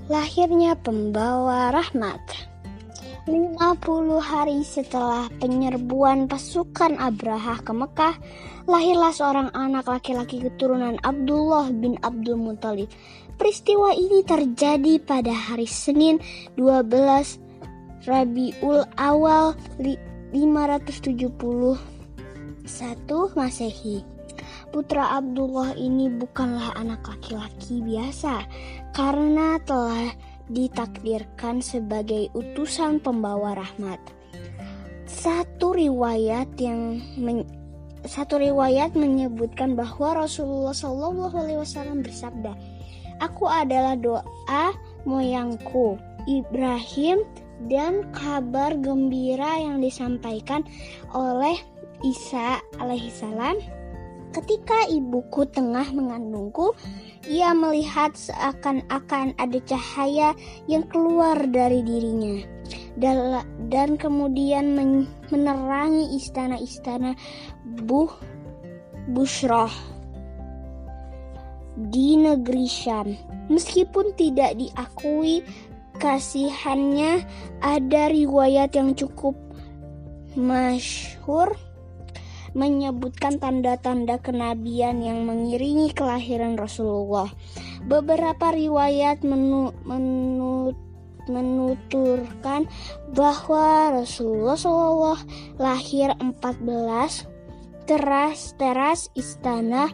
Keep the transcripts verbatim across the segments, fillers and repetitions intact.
Lahirnya pembawa rahmat. lima puluh hari setelah penyerbuan pasukan Abraha ke Mekah, lahirlah seorang anak laki-laki keturunan Abdullah bin Abdul Muthalib. Peristiwa ini terjadi pada hari Senin dua belas Rabiul Awal lima ratus tujuh puluh satu Masehi. Putra Abdullah ini bukanlah anak laki-laki biasa karena telah ditakdirkan sebagai utusan pembawa rahmat. Satu riwayat yang men- satu riwayat menyebutkan bahwa Rasulullah shallallahu alaihi wasallam bersabda, "Aku adalah doa moyangku Ibrahim dan kabar gembira yang disampaikan oleh Isa alaihissalam. Ketika ibuku tengah mengandungku, ia melihat seakan-akan ada cahaya yang keluar dari dirinya dan, dan kemudian men, menerangi istana-istana Buh Bushrah di negeri Syam. Meskipun tidak diakui kasihannya, ada riwayat yang cukup masyhur menyebutkan tanda-tanda kenabian yang mengiringi kelahiran Rasulullah. Beberapa riwayat menu, menu, menuturkan bahwa Rasulullah shallallahu lahir empat belas teras-teras istana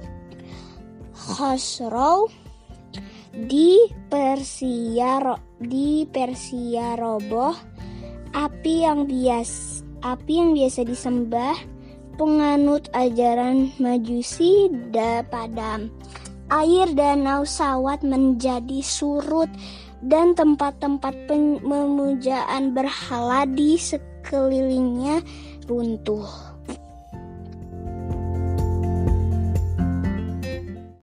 Khosrow di Persia di Persia roboh. Api yang bias api yang biasa disembah penganut ajaran Majusi dan padam. Air danau Sawat menjadi surut dan tempat-tempat pemujaan berhala di sekelilingnya runtuh.